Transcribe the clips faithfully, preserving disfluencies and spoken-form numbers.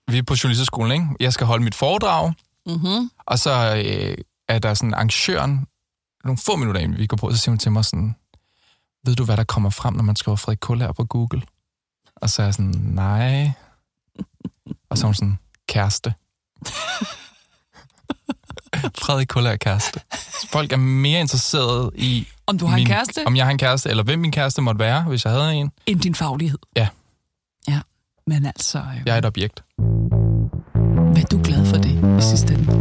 vi er på journalisterskolen, ikke? Jeg skal holde mit foredrag, mm-hmm. og så øh, er der sådan arrangøren, nogle få minutter inden vi går på, så siger hun til mig sådan, ved du, hvad der kommer frem, når man skriver Frederik Kullager på Google? Og så er jeg sådan, nej. Og så er hun sådan, kæreste. Frederik Kullager kæreste. Så folk er mere interesserede i... Om du har min, en kæreste? Om jeg har en kæreste, eller hvem min kæreste måtte være, hvis jeg havde en. End din faglighed? Ja. Ja, men altså... Øh, jeg er et objekt. Hvad er du glad for det i sidste ende?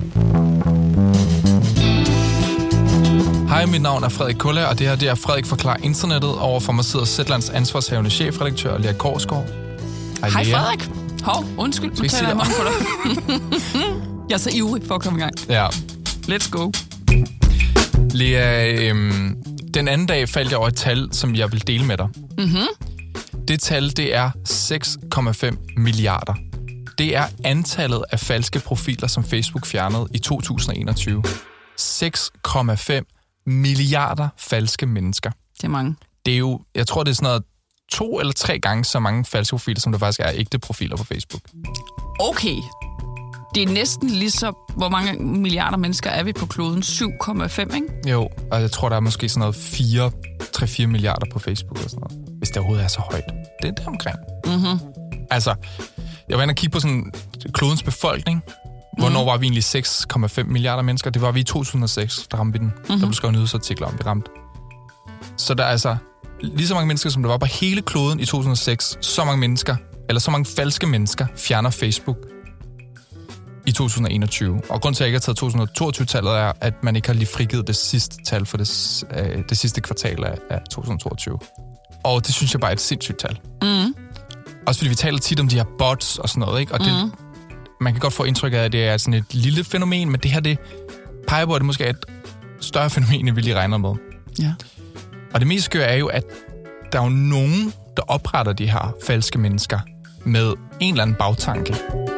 Hej, mit navn er Frederik Kullager, og det her det er Frederik Forklarer Internettet. Overfor mig sidder Zetlands ansvarshavende chefredaktør, Lea Korsgaard. Hej, Hej Frederik. Hov, undskyld, nu taler jeg munden på dig. Jeg er så ivrig for at komme i gang. Ja. Let's go. Lea, øhm, den anden dag faldt jeg over et tal, som jeg vil dele med dig. Mhm. Det tal, det er seks komma fem milliarder. Det er antallet af falske profiler, som Facebook fjernede i to tusind og enogtyve. seks komma fem milliarder falske mennesker. Det er mange. Det er jo, jeg tror, det er sådan noget to eller tre gange så mange falske profiler, som der faktisk er ægte profiler på Facebook. Okay. Det er næsten lige så, hvor mange milliarder mennesker er vi på kloden? syv komma fem, ikke? Jo, og jeg tror, der er måske sådan noget fire, tre fire milliarder på Facebook og sådan noget. Hvis det overhovedet er så højt. Det er det omkring. Mhm. Altså, jeg var inde og kigge på sådan klodens befolkning. Hvornår mm. var vi egentlig seks komma fem milliarder mennesker? Det var vi i to tusind og seks, der ramte vi den. Mm-hmm. Der blev skrevet nyhedsartikler om, vi ramte. Så der er altså lige så mange mennesker, som der var på hele kloden i to tusind og seks. Så mange mennesker, eller så mange falske mennesker, fjerner Facebook i to tusind og enogtyve. Og grund til, at jeg ikke har taget to tusind og toogtyve-tallet, er, at man ikke har lige frigivet det sidste tal for det, øh, det sidste kvartal af, af to tusind og toogtyve. Og det synes jeg bare er et sindssygt tal. Mm. Også fordi vi taler tit om de her bots og sådan noget, ikke? Og det, mm. man kan godt få indtryk af, at det er sådan et lille fænomen, men det her, det peger på, at det måske er et større fænomen, end vi lige regner med. Ja. Og det mest skøre er jo, at der er jo nogen, der opretter de her falske mennesker med en eller anden bagtanke.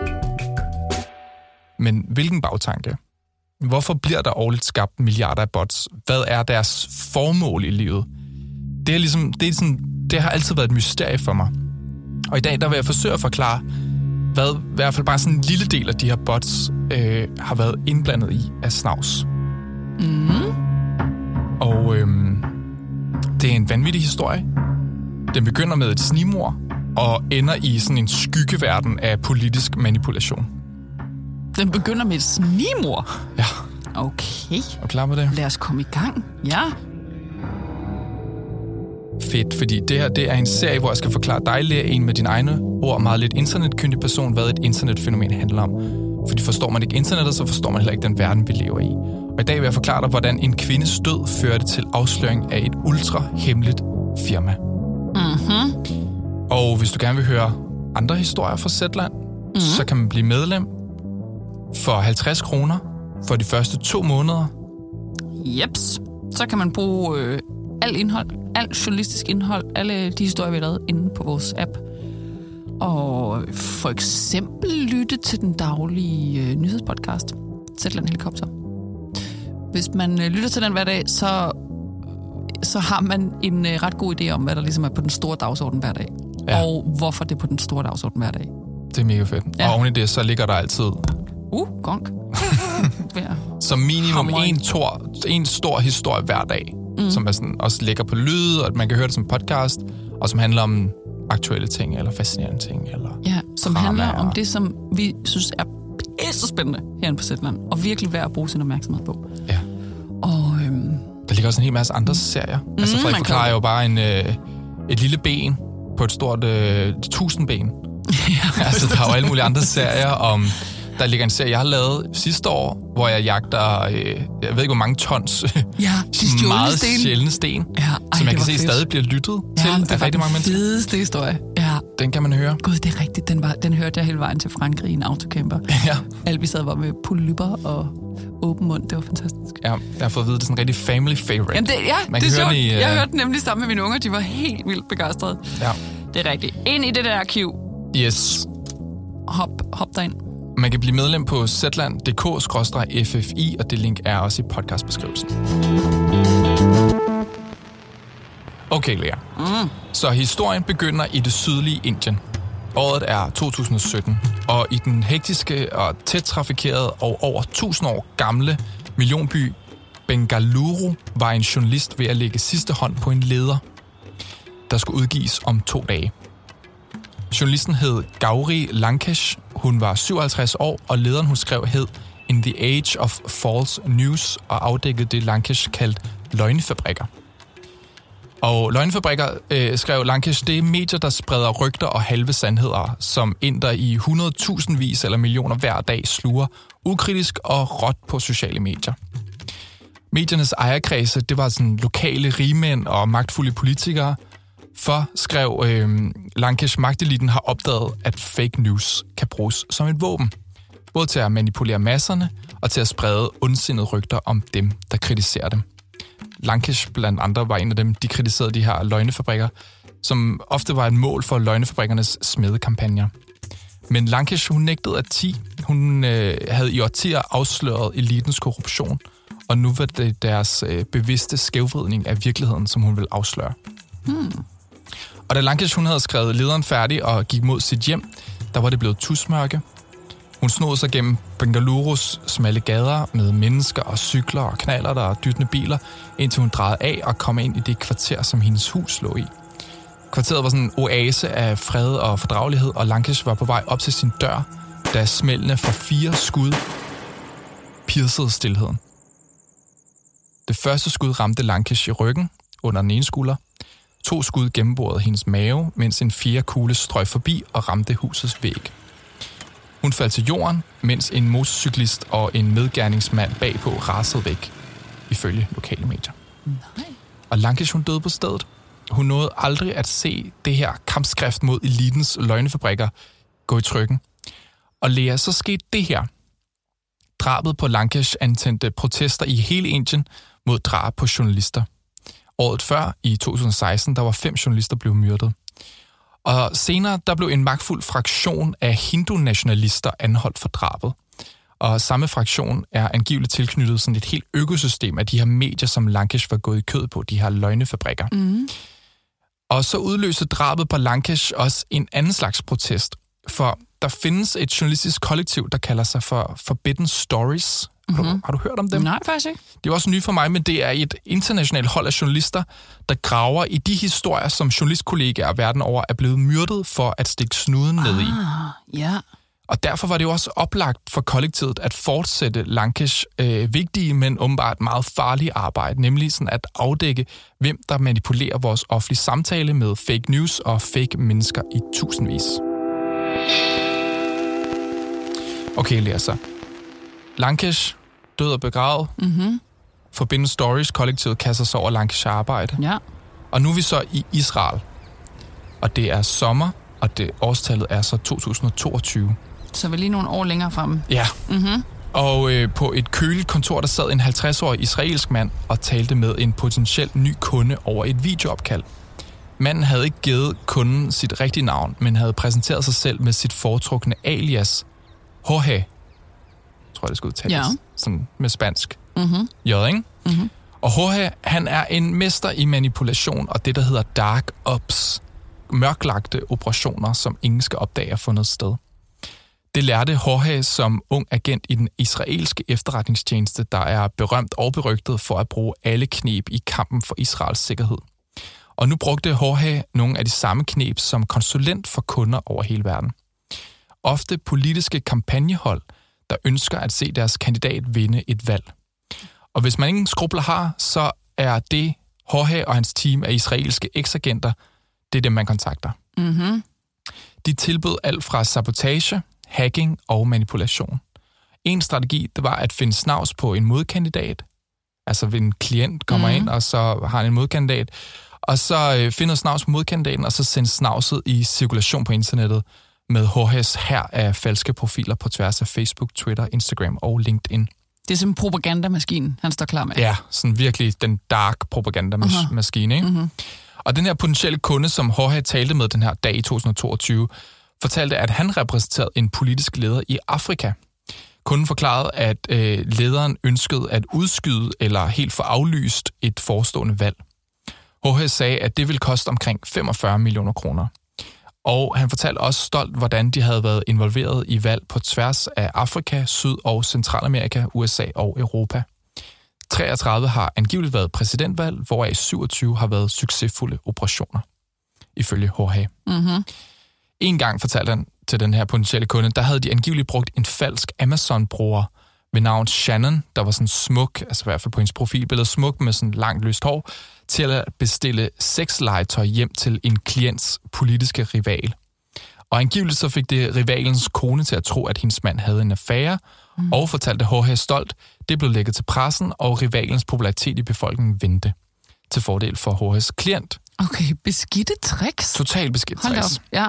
Men hvilken bagtanke? Hvorfor bliver der årligt skabt milliarder af bots? Hvad er deres formål i livet? Det, er ligesom, det, er sådan, det har altid været et mysterie for mig. Og i dag der vil jeg forsøge at forklare, hvad i hvert fald bare sådan en lille del af de her bots øh, har været indblandet i af snavs. Mm-hmm. Og øhm, det er en vanvittig historie. Den begynder med et snigmord og ender i sådan en skyggeverden af politisk manipulation. Den begynder med et snigmord? Ja. Okay. Er du klar på det? Lad os komme i gang. Ja. Fedt, fordi det her det er en serie, hvor jeg skal forklare dig, Lea, en med dine egne ord, meget lidt internetkyndig person, hvad et internetfænomen handler om. Fordi forstår man ikke internettet, så forstår man heller ikke den verden, vi lever i. Og i dag vil jeg forklare dig, hvordan en kvindes død førte til afsløring af et ultra-hemmeligt firma. Mhm. Og hvis du gerne vil høre andre historier fra Zetland, mm-hmm. så kan man blive medlem for halvtreds kroner for de første to måneder. Jeps. Så kan man bruge øh, alt indhold, alt journalistisk indhold, alle de historier, vi har lavet inde på vores app. Og for eksempel lytte til den daglige øh, nyhedspodcast, Zetland Helikopter. Hvis man øh, lytter til den hver dag, så, så har man en øh, ret god idé om, hvad der ligesom er på den store dagsorden hver dag. Ja. Og hvorfor det er på den store dagsorden hver dag. Det er mega fedt. Ja. Og oven i det, så ligger der altid... Uh, gonk. Ja. Som minimum en, tor, en stor historie hver dag, mm. som er sådan, også ligger på lyd, og at man kan høre det som podcast, og som handler om aktuelle ting, eller fascinerende ting, eller ja, som handler og... om det, som vi synes er pisse spændende herinde på Zetland, og virkelig værd at bruge sin opmærksomhed på. Ja. Og øhm... der ligger også en hel masse andre serier. Mm, altså, Frederik forklarer jo bare en, øh, et lille ben på et stort øh, tusindben. Ja, altså, der er jo alle mulige andre serier om... Der ligger en serie, jeg har lavet sidste år, hvor jeg jagter, øh, jeg ved ikke, hvor mange tons ja, de meget sten. sjældne sten, ja, ej, som jeg kan se fedt. stadig bliver lyttet ja, til det af rigtig mange mennesker. Det var den fedeste historie. Ja. Den kan man høre. Gud, det er rigtigt. Den, var, den hørte jeg hele vejen til Frankrig i en autocamper. Ja. Alle vi sad var med polypper og åben mund. Det var fantastisk. Ja, jeg har fået at vide, det er sådan en rigtig family favorite. Jamen det, ja, man det er sjovt. I, uh... Jeg hørte den nemlig sammen med mine unger. De var helt vildt begejstrede. Ja. Det er rigtigt. Ind i det der arkiv. Yes. Hop, hop derind. Man kan blive medlem på zetland punktum d k skråstreg f f i, og det link er også i podcastbeskrivelsen. Okay, Lea. Mm. Så historien begynder i det sydlige Indien. Året er to tusind og sytten, og i den hektiske og tæt trafikerede og over tusind år gamle millionby Bengaluru var en journalist ved at lægge sidste hånd på en leder, der skulle udgives om to dage. Journalisten hed Gauri Lankesh. Hun var syvoghalvtreds år, og lederen, hun skrev, hed In the Age of False News, og afdækkede det, Lankesh kaldte løgnefabrikker. Og løgnefabrikker, øh, skrev Lankesh, det er medier, der spreder rygter og halve sandheder, som ender i hundredtusindvis eller millioner hver dag sluger ukritisk og råt på sociale medier. Mediernes ejerkredse, det var sådan lokale rigmænd og magtfulde politikere. For, skrev øh, Lankesh, magteliten har opdaget, at fake news kan bruges som et våben. Både til at manipulere masserne og til at sprede ondsindede rygter om dem, der kritiserer dem. Lankesh blandt andre var en af dem, de kritiserede de her løgnefabrikker, som ofte var et mål for løgnefabrikkernes smedekampagner. Men Lankesh, hun nægtede at tie. Hun øh, havde i årtier afsløret elitens korruption, og nu var det deres øh, bevidste skævvridning af virkeligheden, som hun ville afsløre. Hmm. Og da Lankesh, hun havde skrevet lederen færdig og gik mod sit hjem, der var det blevet tusmørke. Hun snod sig gennem Bengalurus smalle gader med mennesker og cykler og knallerter og dyttende biler, indtil hun drejede af og kom ind i det kvarter, som hendes hus lå i. Kvarteret var sådan en oase af fred og fordragelighed, og Lankesh var på vej op til sin dør, da smældene fra fire skud piercede stilheden. Det første skud ramte Lankesh i ryggen under den ene skulder. To skud gennemborede hendes mave, mens en fjerde kugle strøg forbi og ramte husets væg. Hun faldt til jorden, mens en motorcyklist og en medgerningsmand bagpå rasede væk, ifølge lokale medier. Nej. Og Lankesh, hun døde på stedet. Hun nåede aldrig at se det her kampskrift mod elitens løgnefabrikker gå i trykken. Og Lea, så skete det her. Drabet på Lankesh antændte protester i hele Indien mod drab på journalister. Året før, i to tusind og seksten, der var fem journalister blevet myrdet. Og senere, der blev en magtfuld fraktion af hindu-nationalister anholdt for drabet. Og samme fraktion er angiveligt tilknyttet sådan et helt økosystem af de her medier, som Lankesh var gået i kød på, de her løgnefabrikker. Mm. Og så udløste drabet på Lankesh også en anden slags protest. For der findes et journalistisk kollektiv, der kalder sig for Forbidden Stories. Mm-hmm. Har, du, har du hørt om dem? Nej, faktisk ikke. Det er også nyt for mig, men det er et internationalt hold af journalister, der graver i de historier, som journalistkollegaer verden over er blevet myrdet for at stikke snuden ned i. Ah, ja. Og derfor var det jo også oplagt for kollektivet at fortsætte Lankesh øh, vigtige, men åbenbart meget farlige arbejde, nemlig sådan at afdække, hvem der manipulerer vores offentlige samtale med fake news og fake mennesker i tusindvis. Okay, Lea, så. Lankesh død og begravet. Mm-hmm. Forbidden Stories kollektivet kaster sig over Lankesh arbejde. Ja. Og nu er vi så i Israel. Og det er sommer, og det årstallet er så to tusind og toogtyve. Så vi lige nogle år længere fremme. Ja. Mm-hmm. Og øh, på et køligt kontor, der sad en halvtreds-årig israelsk mand og talte med en potentielt ny kunde over et videoopkald. Manden havde ikke givet kunden sit rigtige navn, men havde præsenteret sig selv med sit foretrukne alias, Jorge. Tror jeg, det skal udtales. Ja. Sådan med spansk. Mm-hmm. J, ikke? Mm-hmm. Og Jorge, han er en mester i manipulation og det, der hedder dark ops. Mørklagte operationer, som ingen skal opdage er fundet sted. Det lærte Jorge som ung agent i den israelske efterretningstjeneste, der er berømt og berygtet for at bruge alle kneb i kampen for Israels sikkerhed. Og nu brugte Jorge nogle af de samme kneb som konsulent for kunder over hele verden. Ofte politiske kampagnehold, der ønsker at se deres kandidat vinde et valg. Og hvis man ingen skrubler har, så er det Jorge og hans team af israelske eksagenter, det er dem, man kontakter. Mm-hmm. De tilbød alt fra sabotage, hacking og manipulation. En strategi, det var at finde snavs på en modkandidat. Altså, en klient kommer mm-hmm. ind, og så har han en modkandidat. Og så øh, finder snavs på modkandidaten, og så sender snavset i cirkulation på internettet med Jorges hær af falske profiler på tværs af Facebook, Twitter, Instagram og LinkedIn. Det er sådan en propagandamaskine, han står klar med. Ja, sådan virkelig den dark propagandamaskine, ikke? Mm-hmm. Og den her potentielle kunde, som Jorge talte med den her dag i to tusind og toogtyve, fortalte, at han repræsenterede en politisk leder i Afrika. Kunden forklarede, at øh, lederen ønskede at udskyde eller helt få aflyst et forestående valg. Jorge sagde, at det ville koste omkring femogfyrre millioner kroner. Og han fortalte også stolt, hvordan de havde været involveret i valg på tværs af Afrika, Syd- og Centralamerika, U S A og Europa. treogtredive har angiveligt været præsidentvalg, hvoraf syvogtyve har været succesfulde operationer, ifølge Jorge. Mm-hmm. En gang fortalte han til den her potentielle kunde, der havde de angiveligt brugt en falsk Amazon-bruger ved navn Shannon, der var sådan smuk, altså i hvert fald på hendes profilbillede, smuk med sådan langt lyst hår, til at bestille sexlegetøj hjem til en klients politiske rival. Og angiveligt så fik det rivalens kone til at tro, at hendes mand havde en affære, mm. og fortalte Jorge stolt, det blev lækket til pressen, og rivalens popularitet i befolkningen vendte til fordel for Jorges klient. Okay, beskidte tricks. Total beskidte Hold tricks. op, ja.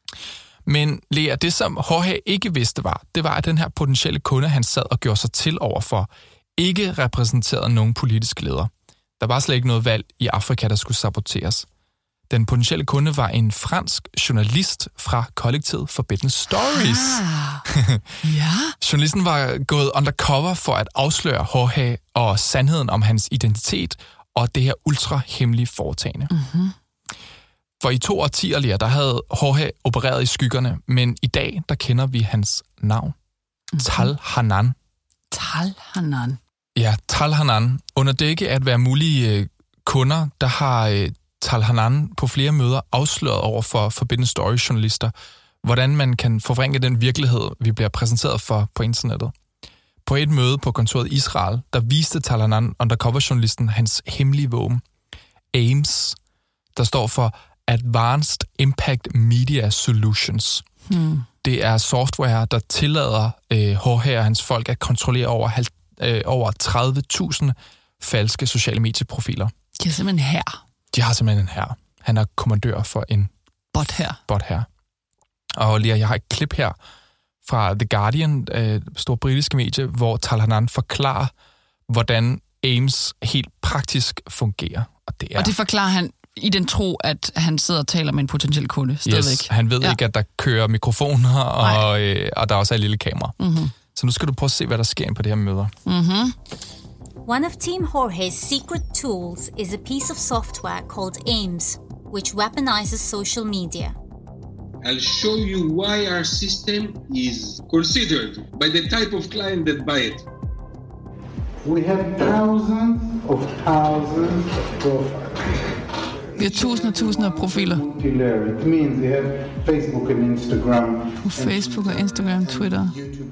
Men Lea, det som Jorge ikke vidste var, det var, at den her potentielle kunde, han sad og gjorde sig til overfor, ikke repræsenterede nogen politisk leder. Der var slet ikke noget valg i Afrika, der skulle saboteres. Den potentielle kunde var en fransk journalist fra kollektivet Forbidden Stories. Ah, ja. Journalisten var gået undercover for at afsløre Jorge og sandheden om hans identitet og det her ultra-hemmelige foretagende. Mm-hmm. For i to årtier lige, der havde Jorge opereret i skyggerne, men i dag, der kender vi hans navn. Mm-hmm. Tal Hanan. Tal Hanan. Ja, Tal Hanan. Under dække at være mulige øh, kunder, der har øh, Tal Hanan på flere møder afsløret over for Forbidden Story-journalister, hvordan man kan forvrænge den virkelighed, vi bliver præsenteret for på internettet. På et møde på kontoret i Israel, der viste Tal Hanan, undercover-journalisten, hans hemmelige våben, AIMS, der står for Advanced Impact Media Solutions. Hmm. Det er software, der tillader øh, Jorge og hans folk at kontrollere over, øh, over tredive tusind falske sociale medieprofiler. De har simpelthen her. De har simpelthen en her. Han er kommandør for en bot her. Bot her. Og lige, jeg har et klip her fra The Guardian, øh, stor britiske medie, hvor Tal Hanan forklarer, hvordan AIMS helt praktisk fungerer. Og det, er... og det forklarer han i den tro, at han sidder og taler med en potentiel kunde stadigvæk. Yes, han ved ja. ikke, at der kører mikrofoner, og, øh, og der er også et lille kamera. Mm-hmm. Så nu skal du prøve at se, hvad der sker på det her møder. Mm-hmm. One of Team Jorge's secret tools is a piece of software called AIMS, which weaponizes social media. I'll show you why our system is considered by the type of client that buy it. We have thousands of thousands of profiles. Vi har tusinder og tusinder af profiler. It means we have Facebook and Instagram. På Facebook og Instagram, Twitter,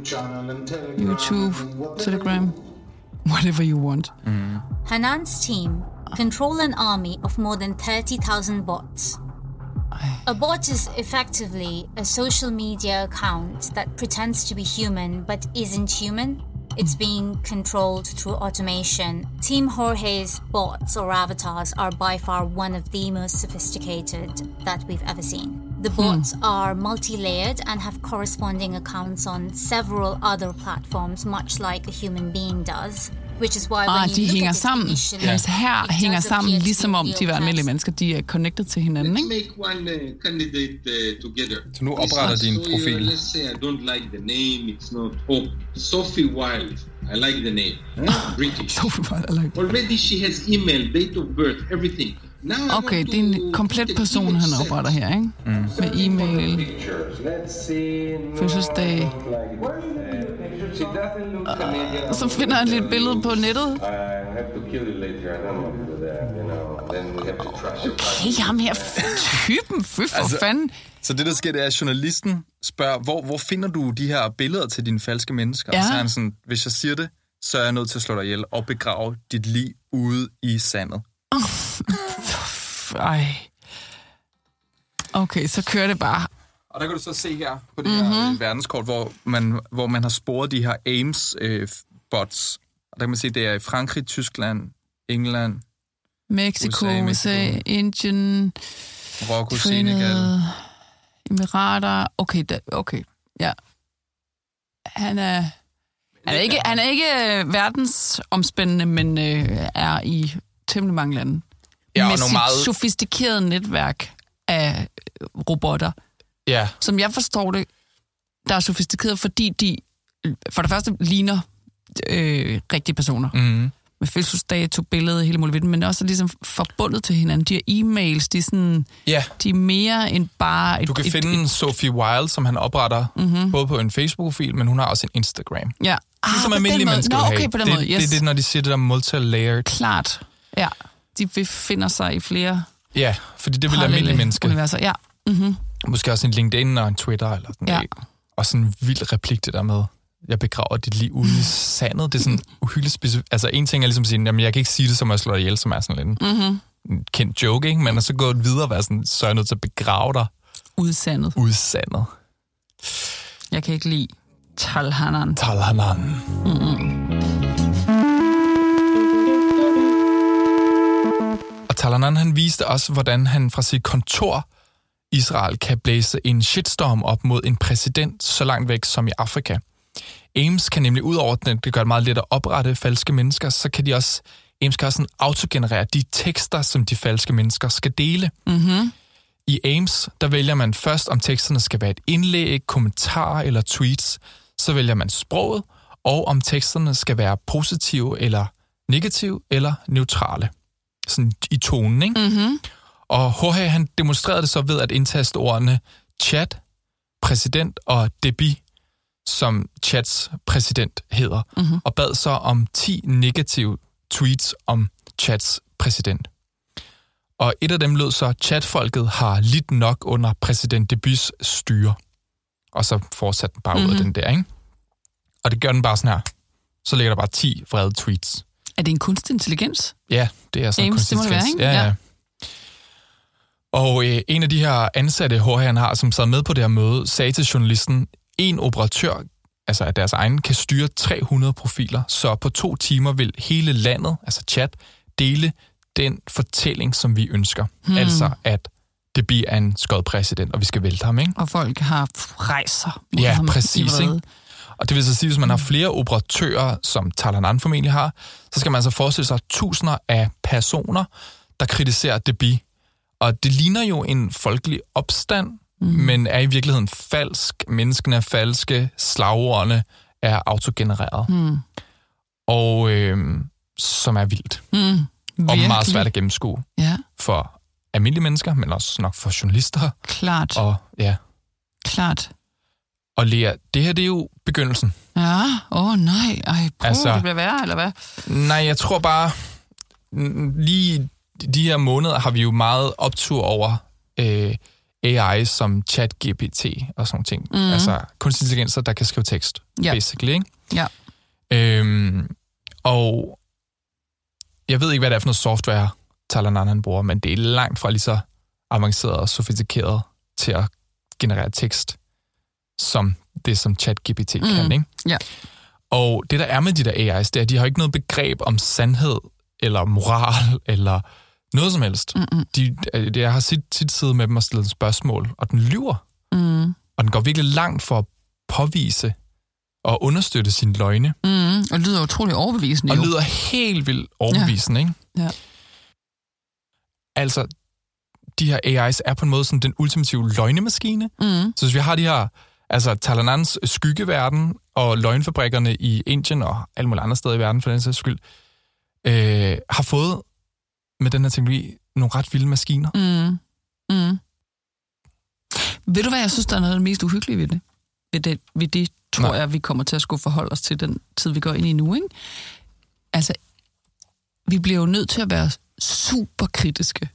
YouTube, Telegram, whatever you want. Mm. Hanan's team control an army of more than thirty thousand bots. A bot is effectively a social media account that pretends to be human but isn't human. It's being controlled through automation. Team Jorge's bots or avatars are by far one of the most sophisticated that we've ever seen. The bots hmm. are multi-layered and have corresponding accounts on several other platforms, much like a human being does. Which is why ah, when de you hænger look at sammen. Initially, Hans her hænger sammen, ligesom om de er almindelige mennesker. De er connected til hinanden, ikke? Make one uh, candidate uh, together. Så nu opretter din so, profil. Uh, let's say I don't like the name. It's not oh, Sophie Wilde. I like the name. Huh? British. Sophie Wilde, I like. Already she has email, date of birth, everything. Now okay, det er en komplet person, han opretter her, ikke? Mm. Med e-mail, fødselsdag. Og så finder han lidt billede på nettet. Okay, ham her typen, fy for altså, fanden. Så det, der sker, det er, at journalisten spørger, hvor, hvor finder du de her billeder til dine falske mennesker? Ja. Og så er han sådan, hvis jeg siger det, så er jeg nødt til at slå dig ihjel og begrave dit liv ude i sandet. Oh. Ej. Okay, så kører det bare. Og der kan du så se her på det mm-hmm. her verdenskort, hvor man, hvor man har sporet de her AIMS-bots. Øh, og der kan man se, det er i Frankrig, Tyskland, England, Mexico, U S A, Mexico. U S A Indien, Marokko, Senegal, Emirater. Okay, da, okay, ja. Han er, han er ikke, han er ikke verdensomspændende, men øh, er i temmelig mange lande. Ja, med sit meget... sofistikeret netværk af robotter. Ja. Som jeg forstår det, der er sofistikeret, fordi de for det første ligner øh, rigtige personer. Mm. med fødselsdato, billede, hele muligheden, men også ligesom forbundet til hinanden. De her e-mails, de er sådan, ja. de er mere end bare... Et, du kan et, finde et, Sophie Wilde, som han opretter, mm-hmm. både på en Facebook-profil, men hun har også en Instagram. Ja. Ah, ligesom almindelige mennesker Nå, vil have. okay, på den det, måde, yes. det er det, når de siger det der multi-layered. Klart, ja. De befinder sig i flere... Ja, fordi det vil almindelige mennesker. Universer, ja. Mm-hmm. Måske også en LinkedIn og en Twitter, eller sådan ja. Og sådan en vild replik, det der med, jeg begraver dit liv ude i sandet. Det er sådan uhyggeligt specifikt. Altså, en ting er ligesom at sige, jamen, jeg kan ikke sige det, som jeg slår dig ihjel, som er sådan lidt mm-hmm. en kendt joke, ikke? Men at så gå videre og være sådan, så er jeg nødt til at begrave dig. Ude i sandet. Ude i sandet. Jeg kan ikke lide Tal Hanan. Tal Hanan. Mm-hmm. Og Tal Hanan, han viste også, hvordan han fra sit kontor Israel kan blæse en shitstorm op mod en præsident så langt væk som i Afrika. Ames kan nemlig udover, at det gør det meget let at oprette falske mennesker, så kan de også, Ames kan også sådan autogenerere de tekster, som de falske mennesker skal dele. Mm-hmm. I Ames, der vælger man først, om teksterne skal være et indlæg, kommentarer eller tweets. Så vælger man sproget, og om teksterne skal være positive eller negative eller neutrale. Sådan i tonen, ikke? Mm-hmm. Og Jorge, han demonstrerede det så ved at indtaste ordene chat, præsident og debi, som chats præsident hedder, mm-hmm. og bad så om ti negative tweets om chats præsident. Og et af dem lød så, chatfolket har lidt nok under præsident Debys styre. Og så fortsatte den bare mm-hmm. ud af den der, ikke? Og det gør den bare sådan her. Så ligger der bare ti vrede tweets. Er det en kunstig intelligens? Ja, det er sådan en kunstig intelligens. Det må det være, ikke? Ja, ja. Og øh, en af de her ansatte, Jorge, han har, som sad med på det her møde, sagde til journalisten, en operatør, altså af deres egen, kan styre tre hundrede profiler, så på to timer vil hele landet, altså chat, dele den fortælling, som vi ønsker. Hmm. Altså, at det bliver en skød præsident, og vi skal vælte ham, ikke? Og folk har rejser. Ja, ham præcis, ikke? Og det vil så sige, hvis man har flere operatører, som Tal Hanan formentlig har, så skal man altså forestille sig tusinder af personer, der kritiserer Deby. Og det ligner jo en folkelig opstand, mm. men er i virkeligheden falsk. Menneskene er falske, slagordene er autogenereret. Mm. Og øh, som er vildt. Mm. Og meget svært at gennemskue. Ja. For almindelige mennesker, men også nok for journalister. Klart. Og ja. Klart. Og Lea, det her det er jo begyndelsen. Ja, åh oh, nej. Ej, prøv, altså, det bliver værre, eller hvad? Nej, jeg tror bare, lige de her måneder har vi jo meget optur over øh, A I som ChatGPT og sådan ting. Mm. Altså kunstig intelligenser, der kan skrive tekst, yep. basically, ikke? Ja. Øhm, og jeg ved ikke, hvad det er for noget software, Tal Hanan han bruger, men det er langt fra lige så avanceret og sofistikeret til at generere tekst, som det, som ChatGPT mm. kan, ikke? Ja. Og det, der er med de der A I's, det er, at de har ikke noget begreb om sandhed, eller moral, eller noget som helst. De, de, jeg har sit, sit siddet med dem og stillet spørgsmål, og den lyver. Mm. Og den går virkelig langt for at påvise og understøtte sine løgne. Mm. Og lyder utrolig overbevisende. Og jo. lyder helt vildt overbevisende, ja. ikke? Ja. Altså, de her A I's er på en måde sådan den ultimative løgnemaskine. Mm. Så hvis vi har de her, altså Tal Hanans skyggeverden og løgnfabrikkerne i Indien og alle mulige andre steder i verden, for den sags skyld, øh, har fået med den her teknologi nogle ret vilde maskiner. Mm. Mm. Ved du hvad, jeg synes, der er noget af det mest uhyggelige ved det? Ved det, ved det tror Nej. jeg, vi kommer til at skulle forholde os til den tid, vi går ind i nu, ikke? Altså, vi bliver jo nødt til at være super kritiske.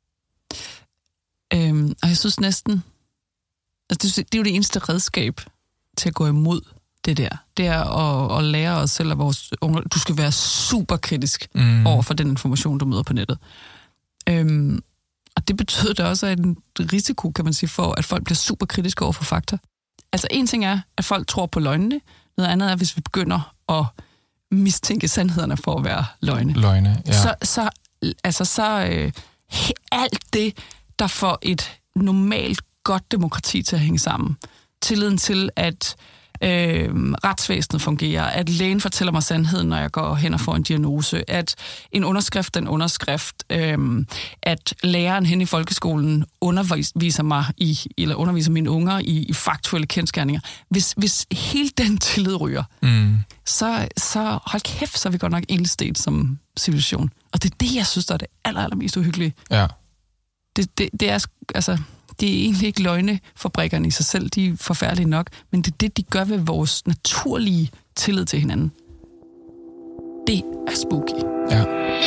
Øhm, og jeg synes næsten, altså det, det er jo det eneste redskab til at gå imod det der. Det er at, at lære os selv af vores unge. Du skal være super kritisk mm. over for den information, du møder på nettet. Øhm, og det betyder da også en risiko, kan man sige, for at folk bliver super kritiske over for fakta. Altså en ting er, at folk tror på løgnene. Noget andet er, hvis vi begynder at mistænke sandhederne for at være løgne. Løgne, ja. Så, så, altså, så øh, alt det, der får et normalt godt demokrati til at hænge sammen. Tilliden til, at øh, retsvæsenet fungerer, at lægen fortæller mig sandheden, når jeg går hen og får en diagnose, at en underskrift er en underskrift, øh, at læreren hen i folkeskolen underviser mig i, eller underviser mine unger i, i faktuelle kendsgerninger. Hvis, hvis hele den tillid ryger, mm. så, så hold kæft, så er vi godt nok ildstedt som civilisation. Og det er det, jeg synes, der er det aller, allermest uhyggelige. Ja. Det, det, det er altså, det er egentlig ikke løgnefabrikkerne i sig selv, de er forfærdelige nok, men det er det, de gør ved vores naturlige tillid til hinanden. Det er spooky. Ja.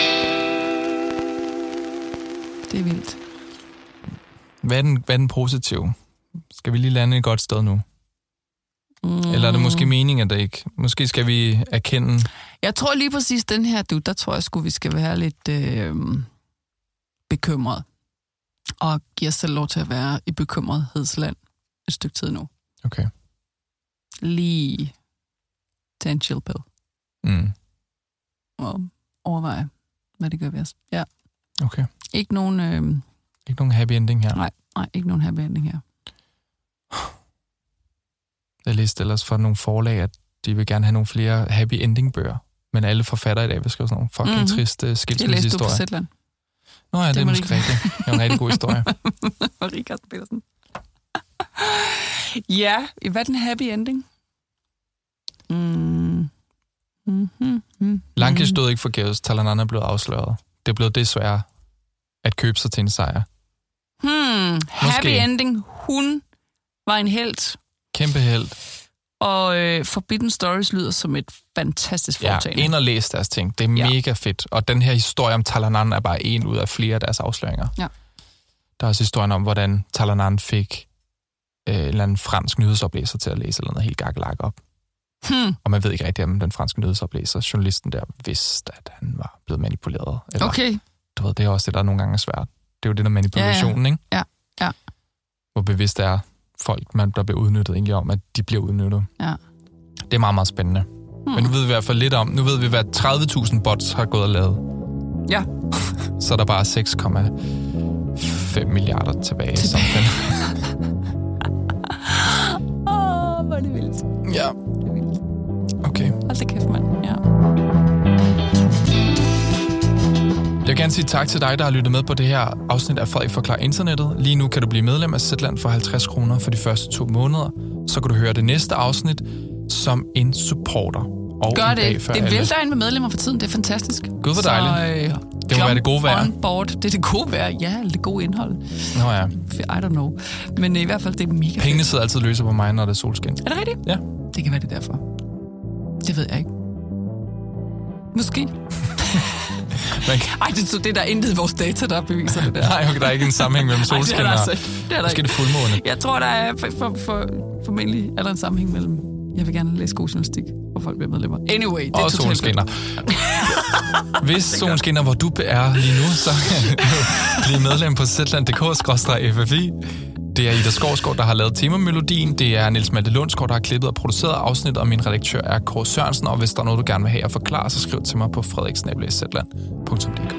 Det er vildt. Hvad er den, hvad er den positive? Skal vi lige lande et godt sted nu? Mm. Eller er det måske meningen, at det ikke? Måske skal vi erkende... Jeg tror lige præcis den her, du, der tror jeg sgu, vi skal være lidt øh, bekymret. Og give os selv lov til at være i bekymrethedsland et stykke tid nu. Okay. Lige tage en chill pill. Mm. Og overveje, hvad det gør ved os. Ja. Okay. Ikke nogen... Øh, ikke nogen happy ending her? Nej, nej, ikke nogen happy ending her. Jeg læste ellers fra nogle forlag, at de vil gerne have nogle flere happy ending-bøger. Men alle forfattere i dag vil skrive sådan nogle fucking mm-hmm. triste skilsmissehistorier. Det læste du på Zetland. Nå ja, det, det er måske rigtigt. Det er en rigtig god historie. Marie Carsten Petersen. Ja, hvad er den happy ending? Mm. Mm-hmm. Mm. Lanke stod ikke forgæves, Talanana blev afsløret. Det blev desværre at købe sig til en sejr. Hmm, happy ending. Hun var en helt. Kæmpe held. Og øh, Forbidden Stories lyder som et fantastisk foretagende. Ja, ind og læs deres ting. Det er ja. mega fedt. Og den her historie om Talanan er bare en ud af flere af deres afsløringer. Ja. Der er også historien om, hvordan Talanan fik øh, en eller anden fransk nyhedsoplæser til at læse eller noget helt gakkelak op. Hmm. Og man ved ikke rigtig, om den franske nyhedsoplæser, journalisten der, vidste, at han var blevet manipuleret. Eller, okay. Du ved, det er også det, der nogle gange er svært. Det er jo det der manipulationen, ja, ja. ikke? Ja, ja. Hvor bevidst er folk, man der bliver udnyttet, egentlig om, at de bliver udnyttet. Ja. Det er meget, meget spændende. Hmm. Men nu ved vi i hvert fald lidt om, nu ved vi, hvad tredive tusind bots har gået og lavet. Ja. Så er der bare seks komma fem milliarder tilbage. Tilbage. Åh, oh, hvor er det vildt. Ja. Det er vildt. Okay. Hold da kæft, mand. Ja. Jeg vil gerne sige tak til dig, der har lyttet med på det her afsnit af Frederik Forklarer Internettet. Lige nu kan du blive medlem af Zetland for halvtreds kroner for de første to måneder. Så kan du høre det næste afsnit som en supporter. Og Gør en det. dag før det alle. vælter ind med medlemmer for tiden. Det er fantastisk. Gud, hvor dejligt. Så, øh, det må være det gode vejr. On board. Det er det gode vejr. Ja, det gode indhold. Nå ja. I don't know. Men i hvert fald, det er mega fedt. Pengene sidder altid løser på mig, når det er solskin. Er det rigtigt? Ja. Det kan være det derfor. Det ved jeg ikke. Måske. Ej, det, det er der intet i vores data, der beviser det der. Nej, okay, der er ikke en sammenhæng mellem solskin og... Altså, det er måske det fuldmåne. Jeg tror, der er for, for, for, formentlig er der en sammenhæng mellem... Jeg vil gerne læse god journalistik, hvor folk bliver medlemmer. Anyway, det er og solen skinner. Hvis solen skinner, hvor du er lige nu, så kan du blive medlem på zetland punktum d k skråstreg f f i. Det er Ida Skovsgaard, der har lavet temamelodien. Det er Niels Malte Lundsgaard, der har klippet og produceret afsnittet, og min redaktør er Kåre Sørensen. Og hvis der er noget, du gerne vil have at forklare, så skriv til mig på fredrik snabel-a zetland punktum d k.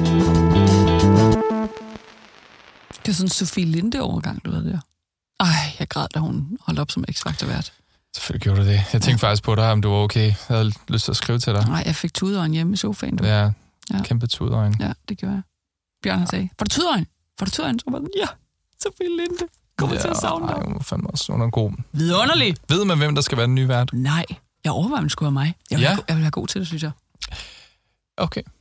Det er sådan en Sofie Linde-overgang, du ved det. Ej, jeg græd, da hun holdt op som X-Factor-vært. Selvfølgelig gjorde du det. Jeg tænkte ja. faktisk på dig, om du var okay. Jeg havde lyst til at skrive til dig. Nej, jeg fik tudeøjen hjemme i sofaen. Du. Ja, ja, kæmpe tudeøjen. Ja, det gjorde jeg. Bjørn har sagt, får du tudeøjen? Får du tudeøjen? Så var den, ja, Sofie Linde. Kommer ja, til at savne dig. Nej, hun var fandme også under god. Vidunderlig. Ved man, hvem der skal være den nye vært? Nej, jeg overvejer, om det skulle være mig. Jeg vil, ja. have, jeg vil have god til det, synes jeg. Okay.